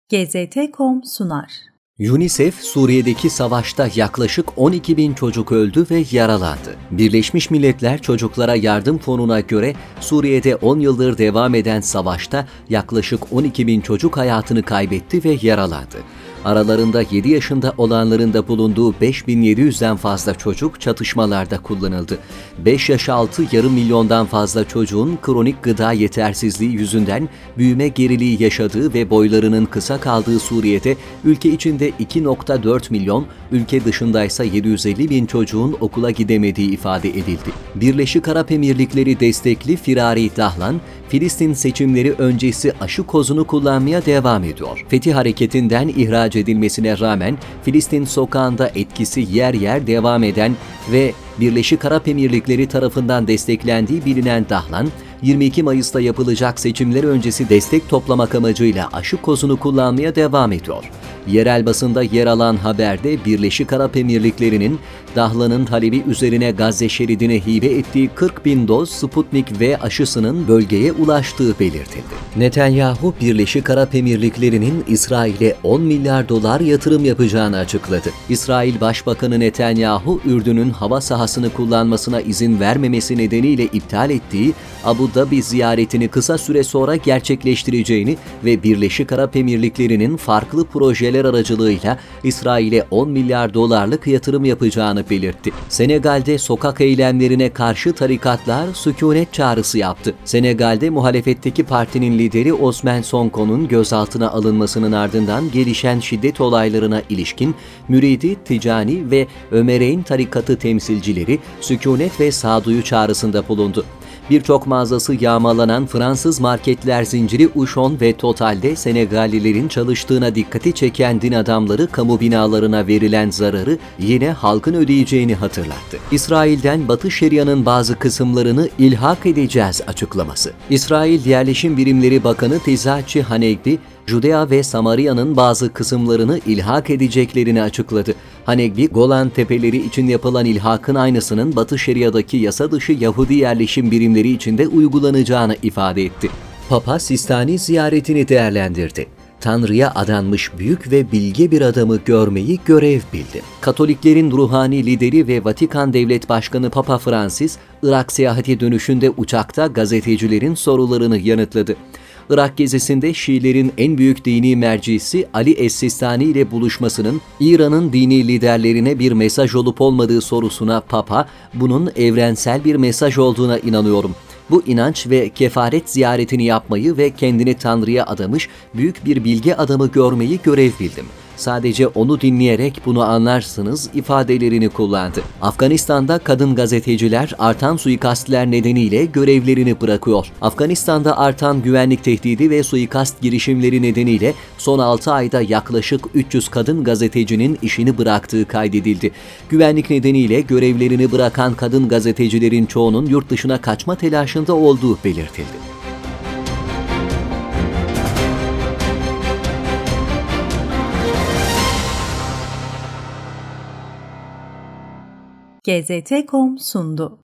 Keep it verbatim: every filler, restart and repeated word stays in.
G Z T nokta com sunar. UNICEF, Suriye'deki savaşta yaklaşık on iki bin çocuk öldü ve yaralandı. Birleşmiş Milletler Çocuklara Yardım Fonu'na göre Suriye'de on yıldır devam eden savaşta yaklaşık on iki bin çocuk hayatını kaybetti ve yaralandı. Aralarında yedi yaşında olanların da bulunduğu beş bin yedi yüzden fazla çocuk çatışmalarda kullanıldı. beş yaş altı yarım milyondan fazla çocuğun kronik gıda yetersizliği yüzünden büyüme geriliği yaşadığı ve boylarının kısa kaldığı Suriye'de ülke içinde iki virgül dört milyon, ülke dışındaysa yedi yüz elli bin çocuğun okula gidemediği ifade edildi. Birleşik Arap Emirlikleri destekli Firari Dahlan, Filistin seçimleri öncesi aşı kozunu kullanmaya devam ediyor. Fethi hareketinden ihraç edilmesine rağmen Filistin sokağında etkisi yer yer devam eden ve Birleşik Arap Emirlikleri tarafından desteklendiği bilinen Dahlan, yirmi iki Mayıs'ta yapılacak seçimler öncesi destek toplamak amacıyla aşı kozunu kullanmaya devam ediyor. Yerel basında yer alan haberde Birleşik Arap Emirlikleri'nin Dahlan'ın talebi üzerine Gazze şeridine hibe ettiği kırk bin doz Sputnik V aşısının bölgeye ulaştığı belirtildi. Netanyahu, Birleşik Arap Emirlikleri'nin İsrail'e on milyar dolar yatırım yapacağını açıkladı. İsrail Başbakanı Netanyahu, Ürdün'ün hava sahasını kullanmasına izin vermemesi nedeniyle iptal ettiği Abu Dhabi ziyaretini kısa süre sonra gerçekleştireceğini ve Birleşik Arap Emirlikleri'nin farklı projeler aracılığıyla İsrail'e on milyar dolarlık yatırım yapacağını belirtti. Senegal'de sokak eylemlerine karşı tarikatlar sükunet çağrısı yaptı. Senegal'de muhalefetteki partinin lideri Ousmane Sonko'nun gözaltına alınmasının ardından gelişen şiddet olaylarına ilişkin Müridi, Ticani ve Ömereyn tarikatı temsilcileri sükunet ve sağduyu çağrısında bulundu. Birçok mağazası yağmalanan Fransız marketler zinciri Auchan ve Total'de Senegallilerin çalıştığına dikkati çeken din adamları kamu binalarına verilen zararı yine halkın ödeyeceğini hatırlattı. İsrail'den Batı Şeria'nın bazı kısımlarını ilhak edeceğiz açıklaması. İsrail Yerleşim Birimleri Bakanı Tizachi Hanegbi, Judea ve Samarya'nın bazı kısımlarını ilhak edeceklerini açıkladı. Hanegbi, Golan Tepeleri için yapılan ilhakın aynısının Batı Şeria'daki yasa dışı Yahudi yerleşim birimleri için de uygulanacağını ifade etti. Papa Sistani ziyaretini değerlendirdi. Tanrı'ya adanmış büyük ve bilge bir adamı görmeyi görev bildi. Katoliklerin ruhani lideri ve Vatikan Devlet Başkanı Papa Francis, Irak seyahati dönüşünde uçakta gazetecilerin sorularını yanıtladı. Irak gezisinde Şiilerin en büyük dini mercisi Ali Es-Sistani ile buluşmasının İran'ın dini liderlerine bir mesaj olup olmadığı sorusuna Papa, bunun evrensel bir mesaj olduğuna inanıyorum. Bu inanç ve kefaret ziyaretini yapmayı ve kendini Tanrı'ya adamış büyük bir bilge adamı görmeyi görev bildim. Sadece onu dinleyerek bunu anlarsınız ifadelerini kullandı. Afganistan'da kadın gazeteciler artan suikastler nedeniyle görevlerini bırakıyor. Afganistan'da artan güvenlik tehdidi ve suikast girişimleri nedeniyle son altı ayda yaklaşık üç yüz kadın gazetecinin işini bıraktığı kaydedildi. Güvenlik nedeniyle görevlerini bırakan kadın gazetecilerin çoğunun yurt dışına kaçma telaşında olduğu belirtildi. G Z T nokta com sundu.